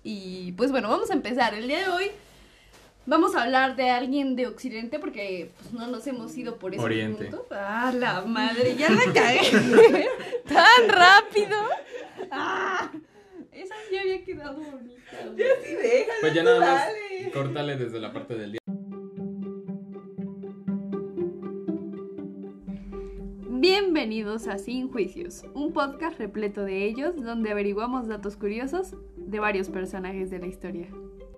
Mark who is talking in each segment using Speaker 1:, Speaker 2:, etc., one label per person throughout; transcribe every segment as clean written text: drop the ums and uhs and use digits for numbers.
Speaker 1: Y pues bueno, vamos a empezar. El día de hoy vamos a hablar de alguien de Occidente porque pues, no nos hemos ido por ese
Speaker 2: Oriente.
Speaker 1: punto. ¡Ah, la madre! ¡Ya la cagué! ¡Tan rápido! ¡Ah! Esa ya había quedado bonita.
Speaker 3: Ya sí, déjala.
Speaker 2: Pues ya nada más córtale desde la parte del día.
Speaker 1: Bienvenidos a Sin Juicios, un podcast repleto de ellos donde averiguamos datos curiosos de varios personajes de la historia.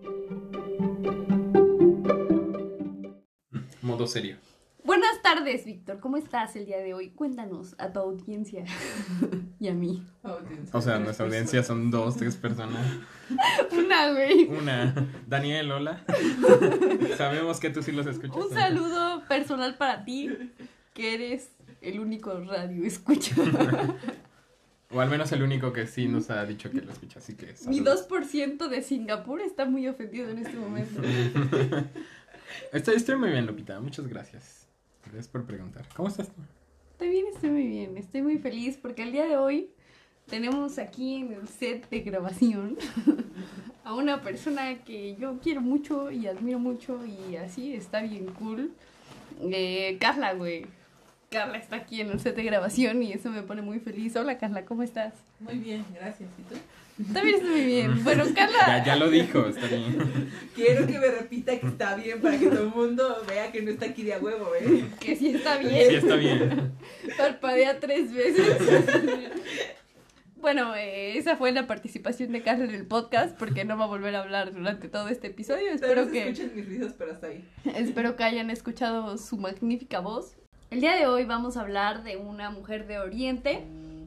Speaker 2: Modo serio.
Speaker 1: Buenas tardes, Víctor. ¿Cómo estás el día de hoy? Cuéntanos a tu audiencia y a mí.
Speaker 2: O sea, nuestra audiencia son 2, 3 personas.
Speaker 1: Una, güey.
Speaker 2: Una. Daniel, hola. Sabemos que tú sí los escuchas.
Speaker 1: Un saludo personal para ti, que eres el único radio escucha.
Speaker 2: O al menos el único que sí nos ha dicho que lo escucha, así que
Speaker 1: Mi
Speaker 2: saludos.
Speaker 1: 2% de Singapur está muy ofendido en este momento.
Speaker 2: Estoy muy bien, Lupita. Muchas gracias. Gracias por preguntar. ¿Cómo estás tú?
Speaker 1: También estoy muy bien, estoy muy feliz porque el día de hoy tenemos aquí en el set de grabación a una persona que yo quiero mucho y admiro mucho y así está bien cool. Carla, güey. Carla está aquí en el set de grabación y eso me pone muy feliz. Hola, Carla, ¿cómo estás?
Speaker 3: Muy bien, gracias. ¿Y tú?
Speaker 1: También estoy muy bien. Bueno, Carla...
Speaker 2: Ya lo dijo, está bien.
Speaker 3: Quiero que me repita que está bien para que todo el mundo vea que no está aquí de a huevo,
Speaker 1: Que sí está
Speaker 2: Sí,
Speaker 1: bien.
Speaker 2: está bien.
Speaker 1: Parpadea 3 veces. Bueno, esa fue la participación de Carla en el podcast porque no va a volver a hablar durante todo este episodio.
Speaker 3: Espero que escuchen mis risas, pero hasta ahí.
Speaker 1: Espero que hayan escuchado su magnífica voz. El día de hoy vamos a hablar de una mujer de Oriente.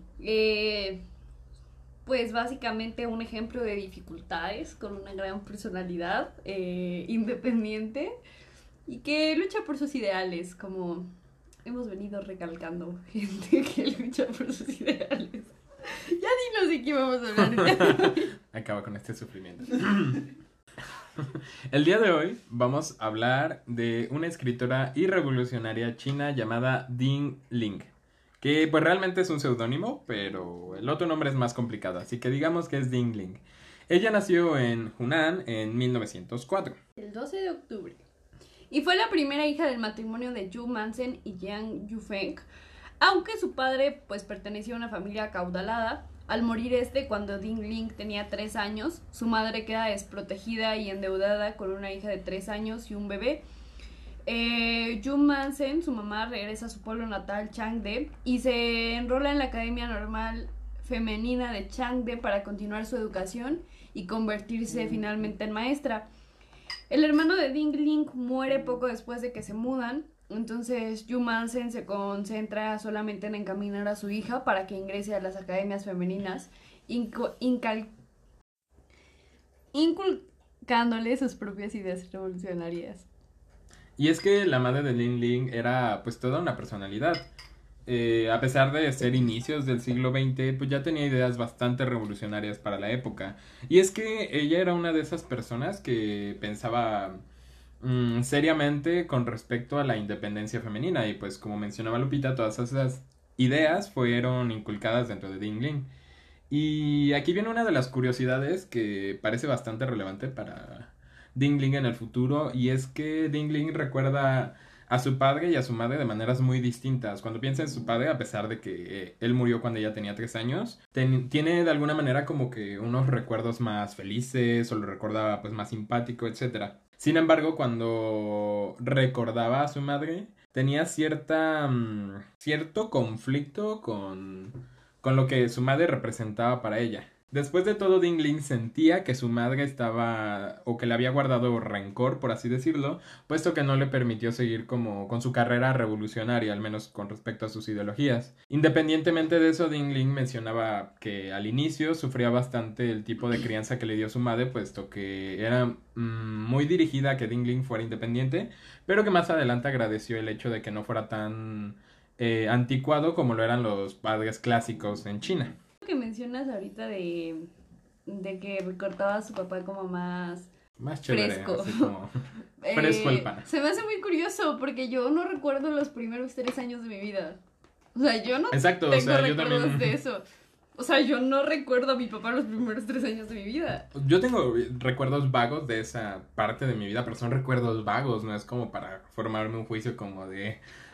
Speaker 1: Pues básicamente un ejemplo de dificultades, con una gran personalidad, independiente y que lucha por sus ideales, como hemos venido recalcando, gente que lucha por sus ideales. Ya dinos de qué vamos a hablar.
Speaker 2: Acaba con este sufrimiento. El día de hoy vamos a hablar de una escritora y revolucionaria china llamada Ding Ling, que pues realmente es un seudónimo, pero el otro nombre es más complicado, así que digamos que es Ding Ling. Ella nació en Hunan en 1904.
Speaker 1: El 12 de octubre. Y fue la primera hija del matrimonio de Zhu Manzhen y Yang Yufeng, aunque su padre pues pertenecía a una familia acaudalada. Al morir cuando Ding Ling tenía 3 años, su madre queda desprotegida y endeudada con una hija de 3 años y un bebé. Zhu Manzhen, su mamá, regresa a su pueblo natal, Changde, y se enrola en la Academia Normal Femenina de Changde para continuar su educación y convertirse finalmente en maestra. El hermano de Ding Ling muere poco después de que se mudan, entonces Zhu Manzhen se concentra solamente en encaminar a su hija para que ingrese a las academias femeninas, inculcándole sus propias ideas revolucionarias.
Speaker 2: Y es que la madre de Ding Ling era pues toda una personalidad. A pesar de ser inicios del siglo XX, pues ya tenía ideas bastante revolucionarias para la época. Y es que ella era una de esas personas que pensaba seriamente con respecto a la independencia femenina. Y pues como mencionaba Lupita, todas esas ideas fueron inculcadas dentro de Ding Ling. Y aquí viene una de las curiosidades que parece bastante relevante para Ding Ling en el futuro, y es que Ding Ling recuerda a su padre y a su madre de maneras muy distintas. Cuando piensa en su padre, a pesar de que él murió cuando ella tenía 3 años, tiene de alguna manera como que unos recuerdos más felices, o lo recordaba pues más simpático, etcétera. Sin embargo, cuando recordaba a su madre, tenía cierto conflicto con lo que su madre representaba para ella. Después de todo, Ding Ling sentía que su madre estaba, o que le había guardado rencor, por así decirlo, puesto que no le permitió seguir como con su carrera revolucionaria, al menos con respecto a sus ideologías. Independientemente de eso, Ding Ling mencionaba que al inicio sufría bastante el tipo de crianza que le dio su madre, puesto que era muy dirigida a que Ding Ling fuera independiente, pero que más adelante agradeció el hecho de que no fuera tan anticuado como lo eran los padres clásicos en China.
Speaker 1: Que mencionas ahorita de que recortaba a su papá como más
Speaker 2: chévere,
Speaker 1: fresco.
Speaker 2: así como fresco el pan.
Speaker 1: Se me hace muy curioso porque yo no recuerdo los primeros 3 años de mi vida. O sea, yo no
Speaker 2: Exacto,
Speaker 1: tengo
Speaker 2: o sea, yo
Speaker 1: recuerdos
Speaker 2: también
Speaker 1: de eso. O sea, yo no recuerdo a mi papá los primeros 3 años de mi vida.
Speaker 2: Yo tengo recuerdos vagos de esa parte de mi vida, pero son recuerdos vagos, no es como para formarme un juicio como de...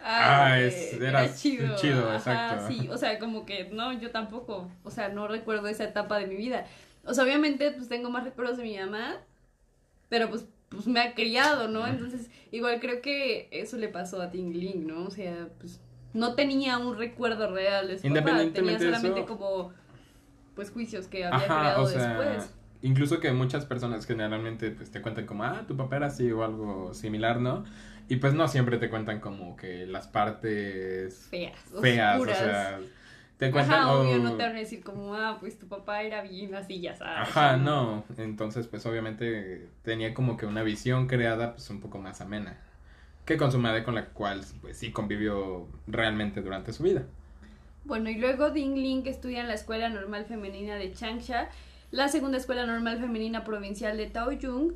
Speaker 2: era chido,
Speaker 1: Ajá,
Speaker 2: exacto.
Speaker 1: sí, o sea, como que no, yo tampoco, o sea, no recuerdo esa etapa de mi vida. O sea, obviamente, pues tengo más recuerdos de mi mamá, pero pues me ha criado, ¿no? Entonces, igual creo que eso le pasó a Tingling, ¿no? O sea, pues no tenía un recuerdo real de su papá, tenía
Speaker 2: Independientemente de
Speaker 1: solamente
Speaker 2: eso,
Speaker 1: como, pues, juicios que había
Speaker 2: ajá,
Speaker 1: creado
Speaker 2: o sea,
Speaker 1: después.
Speaker 2: incluso que muchas personas generalmente pues te cuentan como, tu papá era así o algo similar, ¿no? Y pues no siempre te cuentan como que las partes
Speaker 1: Feas,
Speaker 2: feas,
Speaker 1: oscuras.
Speaker 2: o sea, te cuentan...
Speaker 1: Ajá, obvio,
Speaker 2: o-
Speaker 1: no te van a decir como, pues tu papá era bien así, ya sabes.
Speaker 2: Ajá,
Speaker 1: ¿no?
Speaker 2: no, entonces pues obviamente tenía como que una visión creada pues un poco más amena que con su madre con la cual pues sí convivió realmente durante su vida.
Speaker 1: Bueno, y luego Ding Ling estudia en la Escuela Normal Femenina de Changsha, la segunda Escuela Normal Femenina Provincial de Taoyuan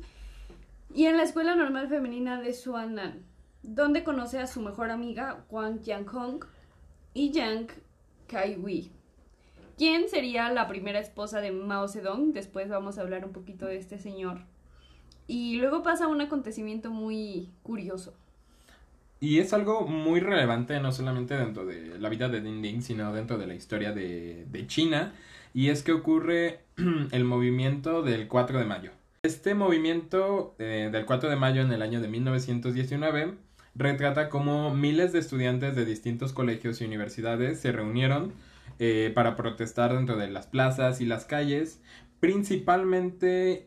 Speaker 1: y en la Escuela Normal Femenina de Suanan, donde conoce a su mejor amiga Wang Jianhong y Yang Kaihui, quien sería la primera esposa de Mao Zedong. Después vamos a hablar un poquito de este señor. Y luego pasa un acontecimiento muy curioso.
Speaker 2: Y es algo muy relevante no solamente dentro de la vida de Ding Ling, sino dentro de la historia de China, y es que ocurre el movimiento del 4 de mayo. Este movimiento del 4 de mayo en el año de 1919 retrata cómo miles de estudiantes de distintos colegios y universidades se reunieron para protestar dentro de las plazas y las calles, principalmente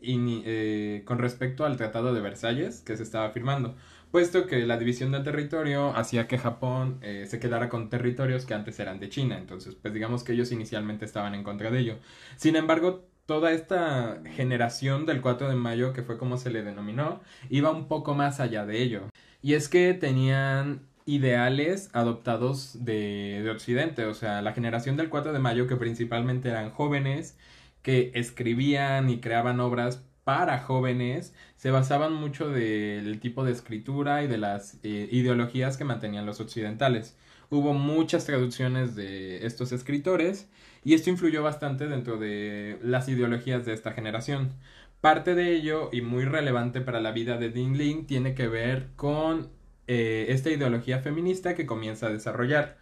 Speaker 2: con respecto al Tratado de Versalles que se estaba firmando, puesto que la división del territorio hacía que Japón se quedara con territorios que antes eran de China. Entonces, pues digamos que ellos inicialmente estaban en contra de ello. Sin embargo, toda esta generación del 4 de mayo, que fue como se le denominó, iba un poco más allá de ello. Y es que tenían ideales adoptados de Occidente. O sea, la generación del 4 de mayo, que principalmente eran jóvenes que escribían y creaban obras para jóvenes, se basaban mucho del tipo de escritura y de las ideologías que mantenían los occidentales. Hubo muchas traducciones de estos escritores y esto influyó bastante dentro de las ideologías de esta generación. Parte de ello, y muy relevante para la vida de Ding Ling, tiene que ver con esta ideología feminista que comienza a desarrollar.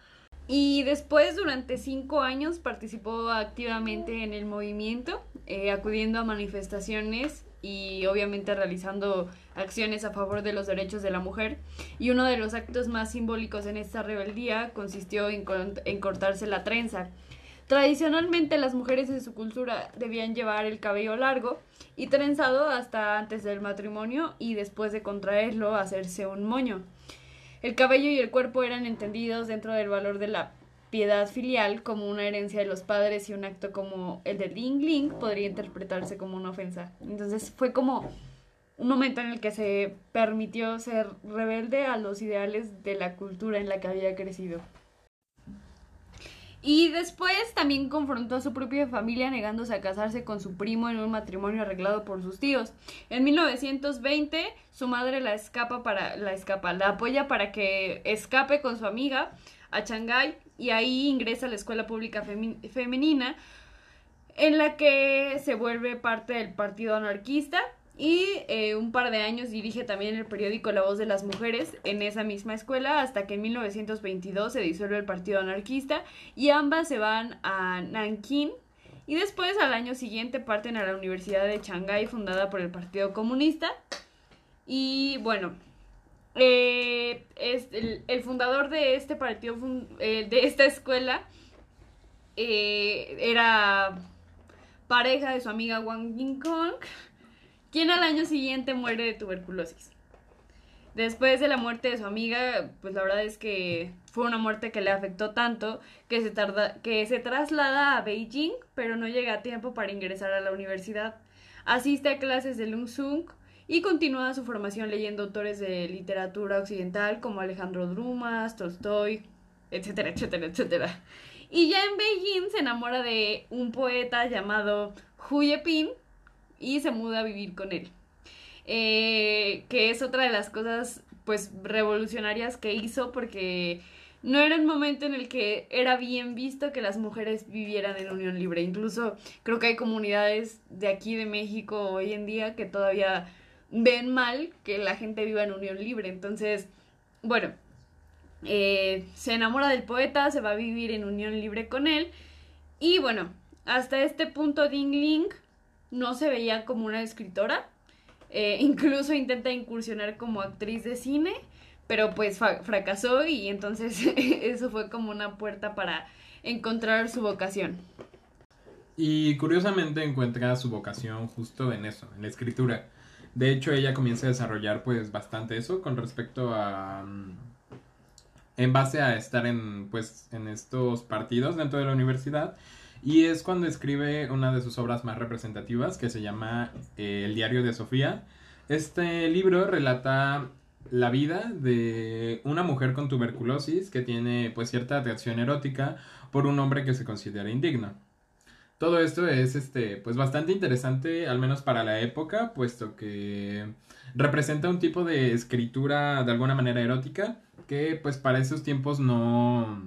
Speaker 1: Y después, durante 5 años, participó activamente en el movimiento, acudiendo a manifestaciones y obviamente realizando acciones a favor de los derechos de la mujer. Y uno de los actos más simbólicos en esta rebeldía consistió en cortarse la trenza. Tradicionalmente las mujeres en su cultura debían llevar el cabello largo y trenzado hasta antes del matrimonio y después de contraerlo hacerse un moño. El cabello y el cuerpo eran entendidos dentro del valor de la piedad filial como una herencia de los padres y un acto como el de Ding Ling podría interpretarse como una ofensa. Entonces fue como un momento en el que se permitió ser rebelde a los ideales de la cultura en la que había crecido. Y después también confrontó a su propia familia negándose a casarse con su primo en un matrimonio arreglado por sus tíos. En 1920 su madre la apoya para que escape con su amiga a Shanghái y ahí ingresa a la escuela pública femenina en la que se vuelve parte del partido anarquista. Y un par de años dirige también el periódico La Voz de las Mujeres en esa misma escuela hasta que en 1922 se disuelve el partido anarquista y ambas se van a Nankín y después al año siguiente parten a la Universidad de Shanghái fundada por el Partido Comunista. Y bueno, el fundador de este partido, de esta escuela, era pareja de su amiga Wang Jinkong, quien al año siguiente muere de tuberculosis. Después de la muerte de su amiga, pues la verdad es que fue una muerte que le afectó tanto que se traslada a Beijing, pero no llega a tiempo para ingresar a la universidad. Asiste a clases de Lung Sung y continúa su formación leyendo autores de literatura occidental como Alejandro Dumas, Tolstoy, etcétera, etcétera, etcétera. Y ya en Beijing se enamora de un poeta llamado Hu Yeping y se muda a vivir con él. Que es otra de las cosas pues revolucionarias que hizo, porque no era un momento en el que era bien visto que las mujeres vivieran en unión libre. Incluso creo que hay comunidades de aquí de México hoy en día que todavía ven mal que la gente viva en unión libre. Entonces, bueno, se enamora del poeta, se va a vivir en unión libre con él. Y bueno, hasta este punto Ding Ling no se veía como una escritora. Incluso intenta incursionar como actriz de cine, pero pues fracasó y entonces eso fue como una puerta para encontrar su vocación.
Speaker 2: Y curiosamente encuentra su vocación justo en eso, en la escritura. De hecho, ella comienza a desarrollar pues bastante eso con respecto a... en base a estar en estos partidos dentro de la universidad. Y es cuando escribe una de sus obras más representativas, que se llama El diario de Sofía. Este libro relata la vida de una mujer con tuberculosis que tiene pues cierta atracción erótica por un hombre que se considera indigno. Todo esto es pues bastante interesante, al menos para la época, puesto que representa un tipo de escritura de alguna manera erótica que pues para esos tiempos no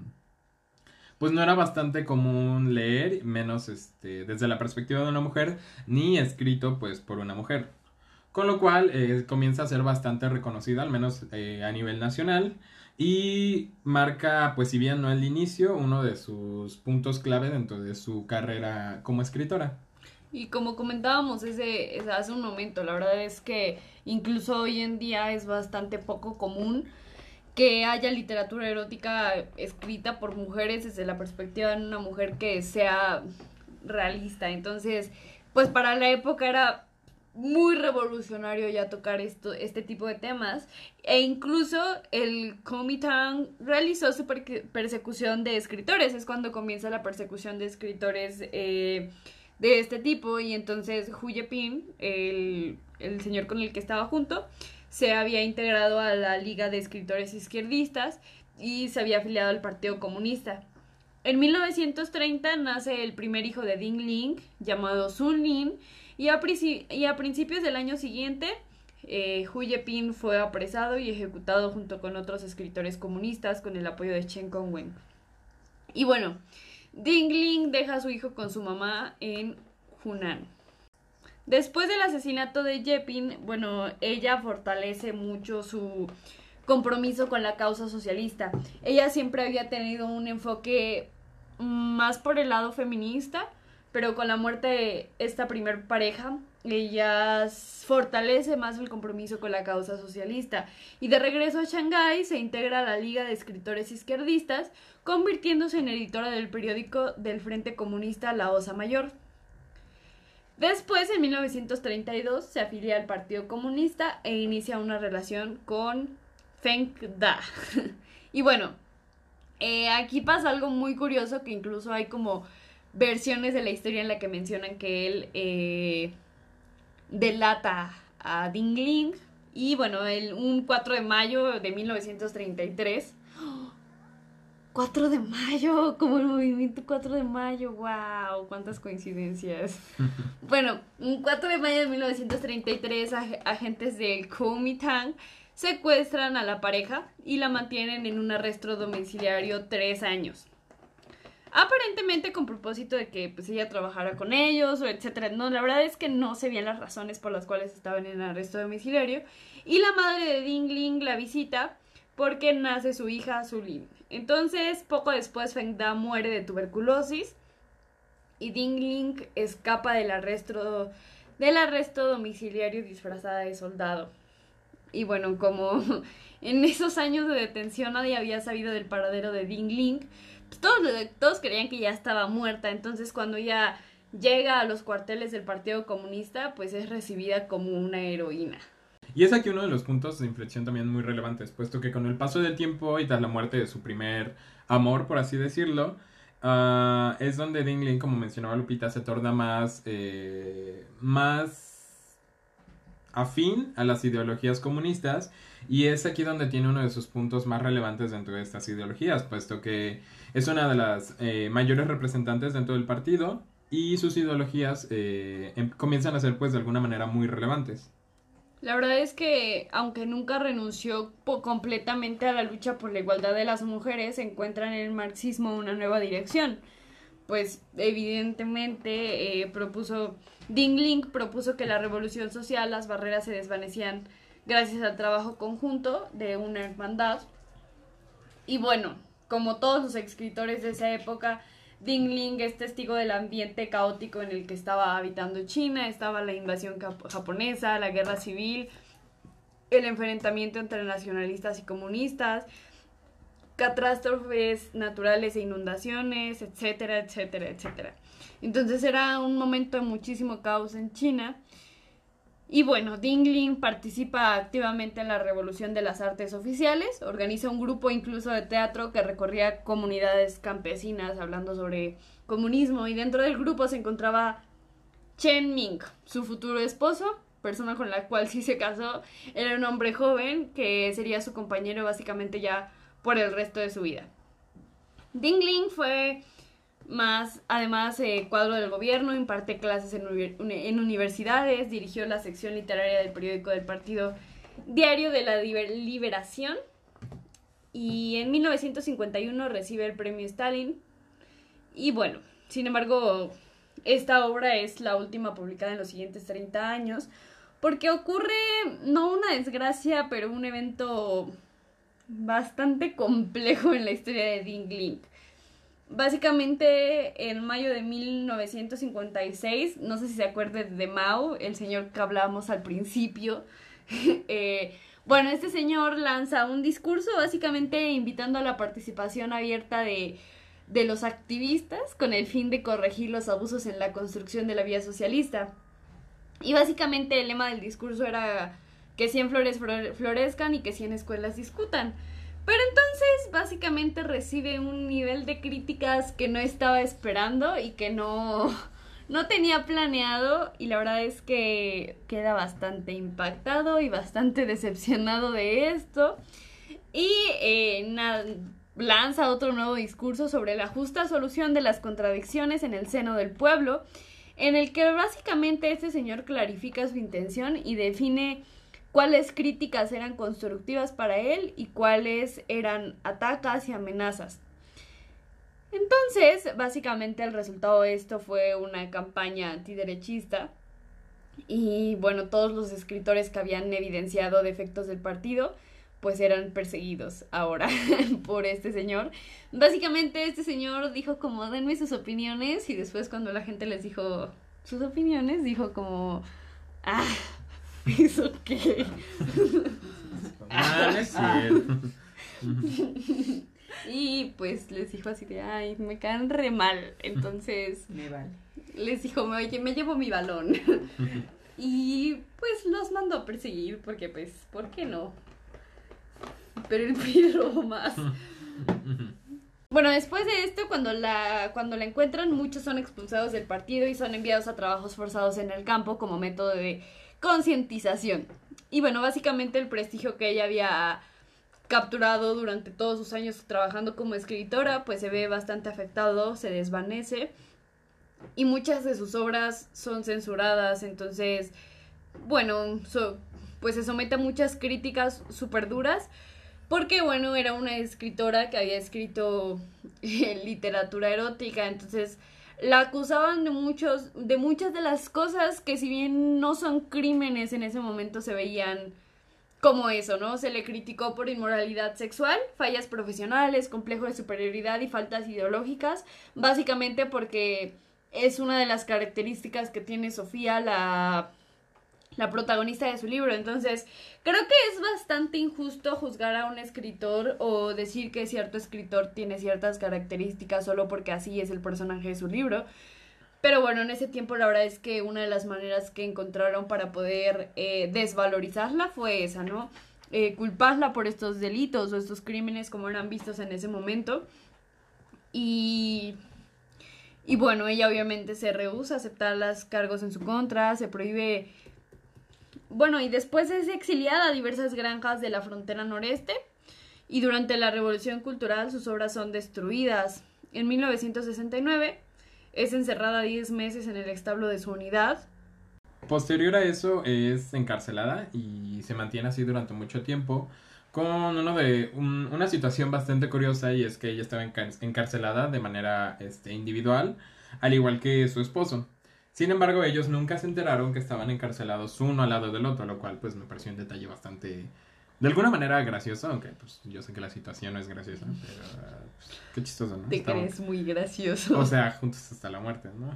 Speaker 2: era bastante común leer, menos desde la perspectiva de una mujer, ni escrito pues por una mujer. Con lo cual comienza a ser bastante reconocida, al menos a nivel nacional, y marca, pues si bien no el inicio, uno de sus puntos clave dentro de su carrera como escritora.
Speaker 1: Y como comentábamos hace un momento, la verdad es que incluso hoy en día es bastante poco común que haya literatura erótica escrita por mujeres desde la perspectiva de una mujer que sea realista. Entonces, pues para la época era muy revolucionario ya tocar este tipo de temas, e incluso el Kuomintang realizó su persecución de escritores. Es cuando comienza la persecución de escritores de este tipo, y entonces Hu Yeping, el señor con el que estaba junto, se había integrado a la Liga de Escritores Izquierdistas y se había afiliado al Partido Comunista. En 1930 nace el primer hijo de Ding Ling, llamado Sun Lin, y a principios del año siguiente, Hu Yeping fue apresado y ejecutado junto con otros escritores comunistas con el apoyo de Chen Kongwen. Y bueno, Ding Ling deja a su hijo con su mamá en Hunan. Después del asesinato de Yeping, bueno, ella fortalece mucho su compromiso con la causa socialista. Ella siempre había tenido un enfoque más por el lado feminista, pero con la muerte de esta primer pareja, ella fortalece más el compromiso con la causa socialista. Y de regreso a Shanghái se integra a la Liga de Escritores Izquierdistas, convirtiéndose en editora del periódico del Frente Comunista La Osa Mayor. Después, en 1932, se afilia al Partido Comunista e inicia una relación con Feng Da. Y bueno, aquí pasa algo muy curioso, que incluso hay como versiones de la historia en la que mencionan que él delata a Ding Ling. Y bueno, un 4 de mayo de 1933... 4 de mayo, como el movimiento 4 de mayo, wow, cuántas coincidencias. Bueno, un 4 de mayo de 1933, agentes del Kuomintang secuestran a la pareja y la mantienen en un arresto domiciliario 3 años. Aparentemente con propósito de que pues ella trabajara con ellos, o etcétera. No, la verdad es que no se veían las razones por las cuales estaban en arresto domiciliario. Y la madre de Ding Ling la visita porque nace su hija Sulin. Entonces, poco después Feng Da muere de tuberculosis y Ding Ling escapa del arresto domiciliario disfrazada de soldado. Y bueno, como en esos años de detención nadie había sabido del paradero de Ding Ling, pues todos creían que ya estaba muerta. Entonces, cuando ella llega a los cuarteles del Partido Comunista, pues es recibida como una heroína.
Speaker 2: Y es aquí uno de los puntos de inflexión también muy relevantes, puesto que con el paso del tiempo y tras la muerte de su primer amor, por así decirlo, es donde Ding Ling, como mencionaba Lupita, se torna más afín a las ideologías comunistas, y es aquí donde tiene uno de sus puntos más relevantes dentro de estas ideologías, puesto que es una de las mayores representantes dentro del partido, y sus ideologías comienzan a ser pues de alguna manera muy relevantes.
Speaker 1: La verdad es que, aunque nunca renunció completamente a la lucha por la igualdad de las mujeres, encuentra en el marxismo una nueva dirección. Pues evidentemente Ding propuso que la revolución social, las barreras se desvanecían gracias al trabajo conjunto de una hermandad. Y bueno, como todos los escritores de esa época, Ding Ling es testigo del ambiente caótico en el que estaba habitando China. Estaba la invasión japonesa, la guerra civil, el enfrentamiento entre nacionalistas y comunistas, catástrofes naturales e inundaciones, etcétera, etcétera, etcétera. Entonces era un momento de muchísimo caos en China. Y bueno, Ding Ling participa activamente en la revolución de las artes oficiales, organiza un grupo incluso de teatro que recorría comunidades campesinas hablando sobre comunismo, y dentro del grupo se encontraba Chen Ming, su futuro esposo, persona con la cual sí se casó. Era un hombre joven que sería su compañero básicamente ya por el resto de su vida. Ding Ling fue además cuadro del gobierno, imparte clases en universidades, dirigió la sección literaria del periódico del partido Diario de la Liberación, y en 1951 recibe el premio Stalin. Y bueno, sin embargo, esta obra es la última publicada en los siguientes 30 años, porque ocurre no una desgracia, pero un evento bastante complejo en la historia de Ding Ling. Básicamente, en mayo de 1956, no sé si se acuerdan de Mao, el señor que hablábamos al principio. Bueno, este señor lanza un discurso básicamente invitando a la participación abierta de los activistas con el fin de corregir los abusos en la construcción de la vía socialista. Y básicamente el lema del discurso era que 100 flores florezcan y que 100 escuelas discutan. Pero entonces básicamente recibe un nivel de críticas que no estaba esperando y que no tenía planeado, y la verdad es que queda bastante impactado y bastante decepcionado de esto, y lanza otro nuevo discurso sobre la justa solución de las contradicciones en el seno del pueblo, en el que básicamente este señor clarifica su intención y define cuáles críticas eran constructivas para él y cuáles eran atacas y amenazas. Entonces, básicamente el resultado de esto fue una campaña antiderechista, y bueno, todos los escritores que habían evidenciado defectos del partido pues eran perseguidos ahora por este señor. Básicamente este señor dijo como denme sus opiniones, y después cuando la gente les dijo sus opiniones, dijo como ¿eso qué?
Speaker 2: No es cierto.
Speaker 1: Y pues les dijo así de ay, me caen re mal. Entonces
Speaker 3: Me vale.
Speaker 1: les dijo, oye, me llevo mi balón. Y pues los mandó a perseguir porque pues, ¿por qué no? Pero él pidió más. Bueno, después de esto, cuando la encuentran, muchos son expulsados del partido y son enviados a trabajos forzados en el campo como método de concientización. Y bueno, básicamente el prestigio que ella había capturado durante todos sus años trabajando como escritora pues se ve bastante afectado, se desvanece, y muchas de sus obras son censuradas. Entonces, bueno, pues se somete a muchas críticas súper duras, porque bueno, era una escritora que había escrito literatura erótica. Entonces la acusaban de muchas de las cosas que, si bien no son crímenes, en ese momento se veían como eso, ¿no? Se le criticó por inmoralidad sexual, fallas profesionales, complejo de superioridad y faltas ideológicas, básicamente porque es una de las características que tiene Sofía, la protagonista de su libro. Entonces, creo que es bastante injusto juzgar a un escritor o decir que cierto escritor tiene ciertas características solo porque así es el personaje de su libro. Pero bueno, en ese tiempo la verdad es que una de las maneras que encontraron para poder desvalorizarla fue esa, ¿no? Culparla por estos delitos o estos crímenes como eran vistos en ese momento. Y bueno, ella obviamente se rehúsa a aceptar los cargos en su contra, se prohíbe. Bueno, y después es exiliada a diversas granjas de la frontera noreste, y durante la Revolución Cultural sus obras son destruidas. En 1969 es encerrada 10 meses en el establo de su unidad.
Speaker 2: Posterior a eso es encarcelada y se mantiene así durante mucho tiempo con una situación bastante curiosa, y es que ella estaba encarcelada de manera individual, al igual que su esposo. Sin embargo, ellos nunca se enteraron que estaban encarcelados uno al lado del otro, lo cual pues me pareció un detalle bastante, de alguna manera, gracioso, aunque pues yo sé que la situación no es graciosa, pero pues, qué chistoso, ¿no?
Speaker 1: Te crees muy gracioso.
Speaker 2: O sea, juntos hasta la muerte, ¿no?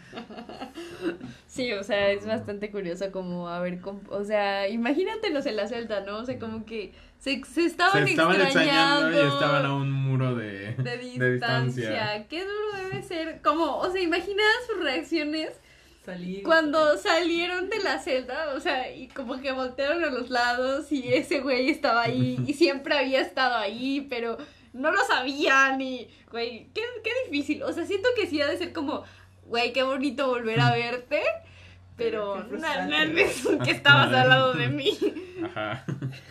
Speaker 1: Sí, o sea, es bastante curioso como, a ver, o sea, imagínatelos en la celda, ¿no? O sea, como que se estaban
Speaker 2: extrañando y estaban a un muro de
Speaker 1: distancia. Qué duro debe ser, como, o sea, imagina sus reacciones
Speaker 3: Salir.
Speaker 1: cuando salieron de la celda, o sea, y como que voltearon a los lados y ese güey estaba ahí y siempre había estado ahí, pero no lo sabían y, güey, qué difícil, o sea, siento que sí ha de ser como, güey, qué bonito volver a verte, pero
Speaker 3: Qué
Speaker 1: no
Speaker 3: frustrante.
Speaker 1: es que estabas al lado de mí.
Speaker 2: Ajá.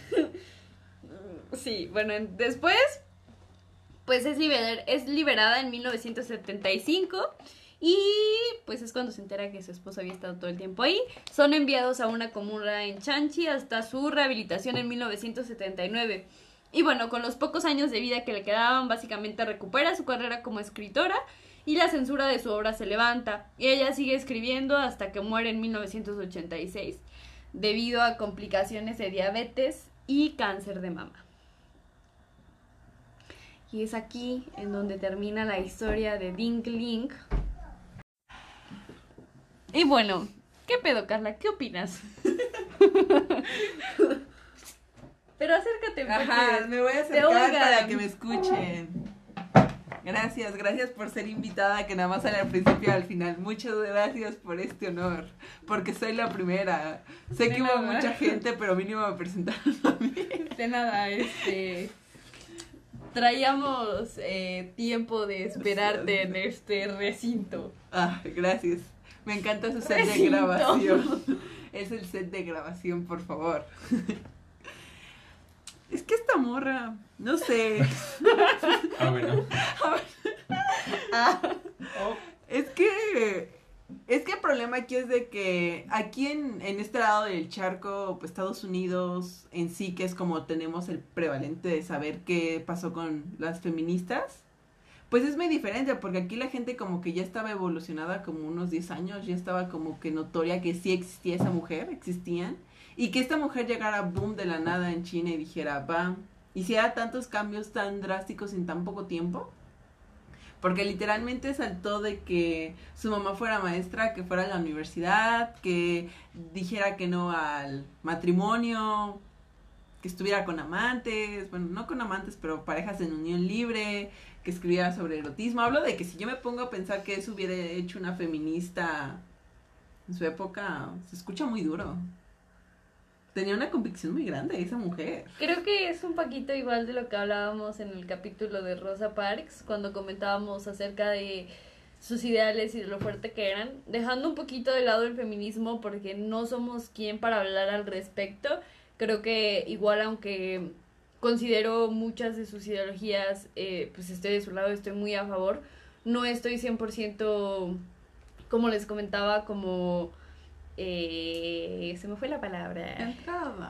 Speaker 1: Sí, bueno, después, pues es liberada en 1975 y pues es cuando se entera que su esposo había estado todo el tiempo ahí. Son enviados a una comuna en Chanchi hasta su rehabilitación en 1979. Y bueno, con los pocos años de vida que le quedaban, básicamente recupera su carrera como escritora y la censura de su obra se levanta. Y ella sigue escribiendo hasta que muere en 1986 debido a complicaciones de diabetes y cáncer de mama. Y es aquí en donde termina la historia de Ding Ling. Y bueno, ¿qué pedo, Carla? ¿Qué opinas? Pero acércate,
Speaker 3: Ajá,
Speaker 1: porque
Speaker 3: me voy a
Speaker 1: te
Speaker 3: acercar
Speaker 1: oigan.
Speaker 3: para que me escuchen. Gracias por ser invitada, que nada más sale al principio y al final. Muchas gracias por este honor, porque soy la primera. Sé que hubo mucha gente, pero mínimo me presentaron a mí.
Speaker 1: De nada, traíamos tiempo de esperarte en este recinto.
Speaker 3: Ah, gracias. Me encanta su set de
Speaker 1: Recinto.
Speaker 3: grabación. Es el set de grabación, por favor. Es que esta morra, no sé.
Speaker 2: Ah, bueno.
Speaker 3: Es que el problema aquí es de que aquí en este lado del charco, pues Estados Unidos en sí, que es como tenemos el prevalente de saber qué pasó con las feministas, pues es muy diferente, porque aquí la gente como que ya estaba evolucionada como unos 10 años, ya estaba como que notoria que sí existía esa mujer, existían, y que esta mujer llegara boom de la nada en China y dijera, va, hiciera tantos cambios tan drásticos en tan poco tiempo. Porque literalmente saltó de que su mamá fuera maestra, que fuera a la universidad, que dijera que no al matrimonio, que estuviera con amantes, bueno, no con amantes, pero parejas en unión libre, que escribiera sobre erotismo. Hablo de que si yo me pongo a pensar que eso hubiera hecho una feminista en su época, se escucha muy duro. Tenía una convicción muy grande esa mujer.
Speaker 1: Creo que es un poquito igual de lo que hablábamos en el capítulo de Rosa Parks, cuando comentábamos acerca de sus ideales y de lo fuerte que eran, dejando un poquito de lado el feminismo porque no somos quien para hablar al respecto. Creo que igual, aunque considero muchas de sus ideologías, pues estoy de su lado, estoy muy a favor, no estoy 100%, como les comentaba, como... se me fue la palabra.
Speaker 3: Entraba.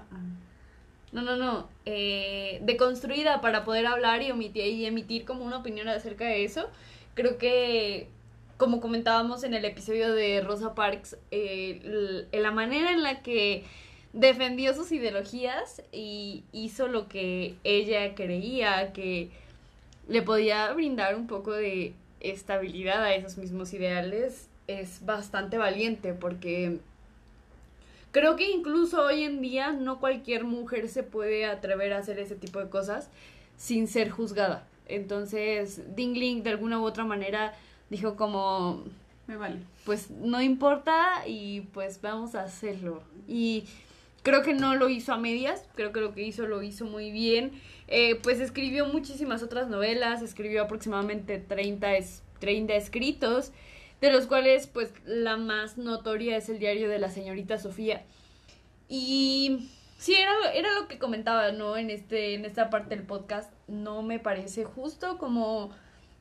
Speaker 1: No. Deconstruida para poder hablar y emitir como una opinión acerca de eso. Creo que, como comentábamos en el episodio de Rosa Parks, la manera en la que defendió sus ideologías y hizo lo que ella creía que le podía brindar un poco de estabilidad a esos mismos ideales es bastante valiente, porque creo que incluso hoy en día no cualquier mujer se puede atrever a hacer ese tipo de cosas sin ser juzgada. Entonces, Ding Ling de alguna u otra manera dijo como,
Speaker 3: Me vale.
Speaker 1: pues no importa y pues vamos a hacerlo. Y creo que no lo hizo a medias, creo que lo que hizo lo hizo muy bien. Pues escribió muchísimas otras novelas, escribió aproximadamente 30 escritos, de los cuales pues la más notoria es el diario de la señorita Sofía. Y sí, era lo que comentaba, ¿no? En esta parte del podcast, no me parece justo como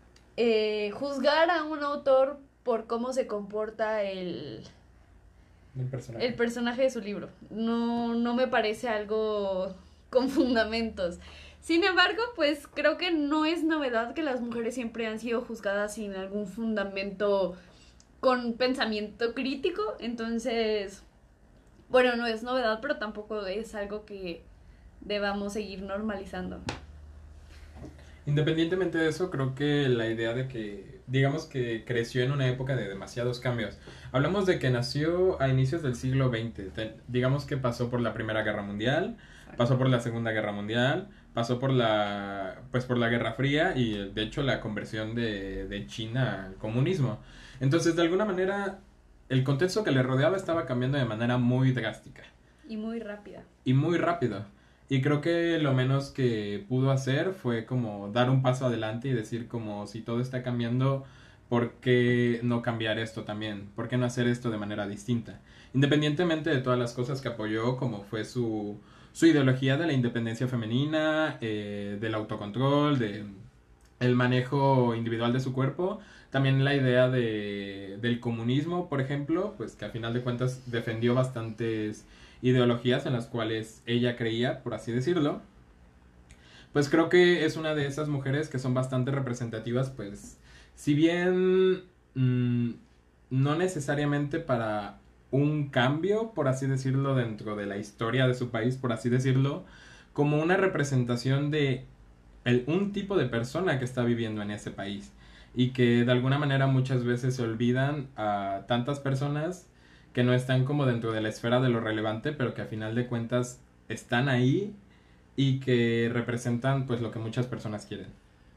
Speaker 1: juzgar a un autor por cómo se comporta el
Speaker 2: personaje.
Speaker 1: El personaje de su libro. No me parece algo con fundamentos. Sin embargo, pues creo que no es novedad que las mujeres siempre han sido juzgadas sin algún fundamento con pensamiento crítico. Entonces, bueno, no es novedad, pero tampoco es algo que debamos seguir normalizando.
Speaker 2: Independientemente de eso, creo que la idea de que, digamos que creció en una época de demasiados cambios. Hablamos de que nació a inicios del siglo XX. Digamos que pasó por la Primera Guerra Mundial, pasó por la Segunda Guerra Mundial, pasó por la Guerra Fría y de hecho la conversión de China al comunismo. Entonces, de alguna manera, el contexto que le rodeaba estaba cambiando de manera muy drástica.
Speaker 1: Y muy rápida.
Speaker 2: Y muy rápido. Y creo que lo menos que pudo hacer fue como dar un paso adelante y decir como si todo está cambiando, ¿por qué no cambiar esto también? ¿Por qué no hacer esto de manera distinta? Independientemente de todas las cosas que apoyó, como fue su ideología de la independencia femenina, del autocontrol, el manejo individual de su cuerpo, también la idea del comunismo, por ejemplo, pues que a final de cuentas defendió bastantes ideologías en las cuales ella creía, por así decirlo. Pues creo que es una de esas mujeres que son bastante representativas, pues si bien no necesariamente para un cambio, por así decirlo, dentro de la historia de su país, por así decirlo, como una representación de un tipo de persona que está viviendo en ese país y que de alguna manera muchas veces se olvidan a tantas personas que no están como dentro de la esfera de lo relevante, pero que a final de cuentas están ahí y que representan pues lo que muchas personas quieren.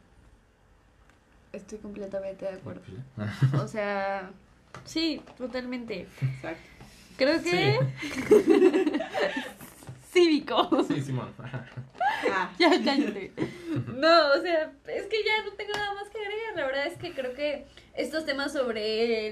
Speaker 1: Estoy completamente de acuerdo. O sea, sí, totalmente.
Speaker 3: Exacto.
Speaker 1: Creo que... Sí. Cívico.
Speaker 2: Sí, Simón.
Speaker 1: Ya, cállate. No, o sea, es que ya no tengo nada más que agregar. La verdad es que creo que estos temas sobre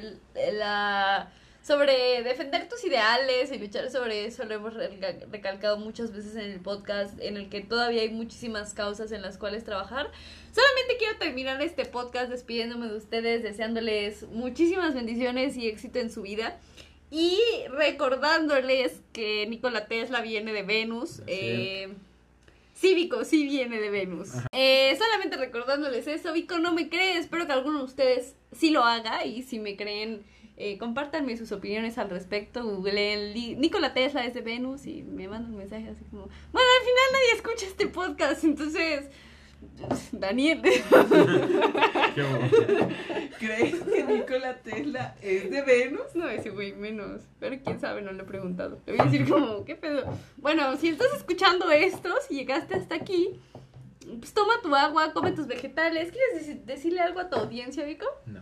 Speaker 1: sobre defender tus ideales y luchar sobre eso lo hemos recalcado muchas veces en el podcast, en el que todavía hay muchísimas causas en las cuales trabajar. Solamente quiero terminar este podcast despidiéndome de ustedes, deseándoles muchísimas bendiciones y éxito en su vida. Y recordándoles que Nikola Tesla viene de Venus. Cívico sí viene de Venus. Solamente recordándoles eso. Vico no me cree, espero que alguno de ustedes sí lo haga. Y si me creen, compártanme sus opiniones al respecto. Googleen Nikola Tesla es de Venus y me mandan un mensaje así como: bueno, al final nadie escucha este podcast, entonces... Daniel.
Speaker 2: Qué bueno.
Speaker 3: ¿Crees que Nikola Tesla es de Venus?
Speaker 1: No, ese güey menos. Pero quién sabe, no le he preguntado. Le voy a decir como, ¿qué pedo? Bueno, si estás escuchando esto, si llegaste hasta aquí, pues toma tu agua, come tus vegetales. ¿Quieres decirle algo a tu audiencia, Vico?
Speaker 2: No.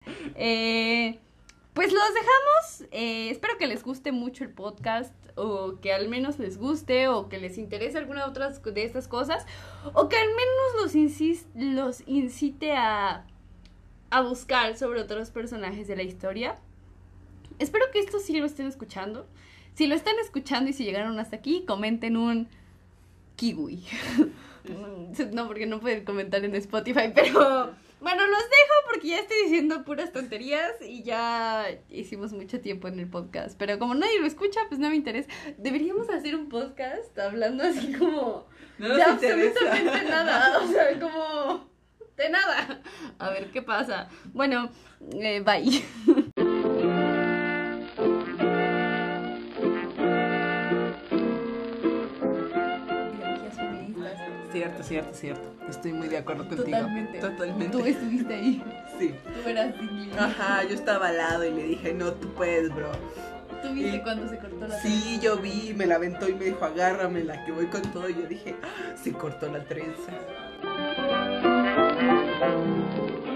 Speaker 1: Pues los dejamos. Espero que les guste mucho el podcast, o que al menos les guste, o que les interese alguna otra de estas cosas, o que al menos los incite a buscar sobre otros personajes de la historia. Espero que esto sí lo estén escuchando. Si lo están escuchando y si llegaron hasta aquí, comenten un kiwi. No, porque no pueden comentar en Spotify, pero... Bueno, los dejo porque ya estoy diciendo puras tonterías y ya hicimos mucho tiempo en el podcast. Pero como nadie lo escucha, pues no me interesa. Deberíamos hacer un podcast hablando así como...
Speaker 3: No nos
Speaker 1: de
Speaker 3: interesa.
Speaker 1: absolutamente nada. O sea, como... de nada. A ver qué pasa. Bueno, bye.
Speaker 3: Cierto. Estoy muy de acuerdo contigo. Totalmente.
Speaker 1: Tú estuviste ahí.
Speaker 3: Sí.
Speaker 1: Tú eras Dingley.
Speaker 3: Ajá, yo estaba al lado y le dije, no, tú puedes, bro.
Speaker 1: ¿Tú viste cuando se cortó la
Speaker 3: Sí, yo vi, me la aventó y me dijo, agárramela, que voy con todo. Y yo dije, se cortó la trenza.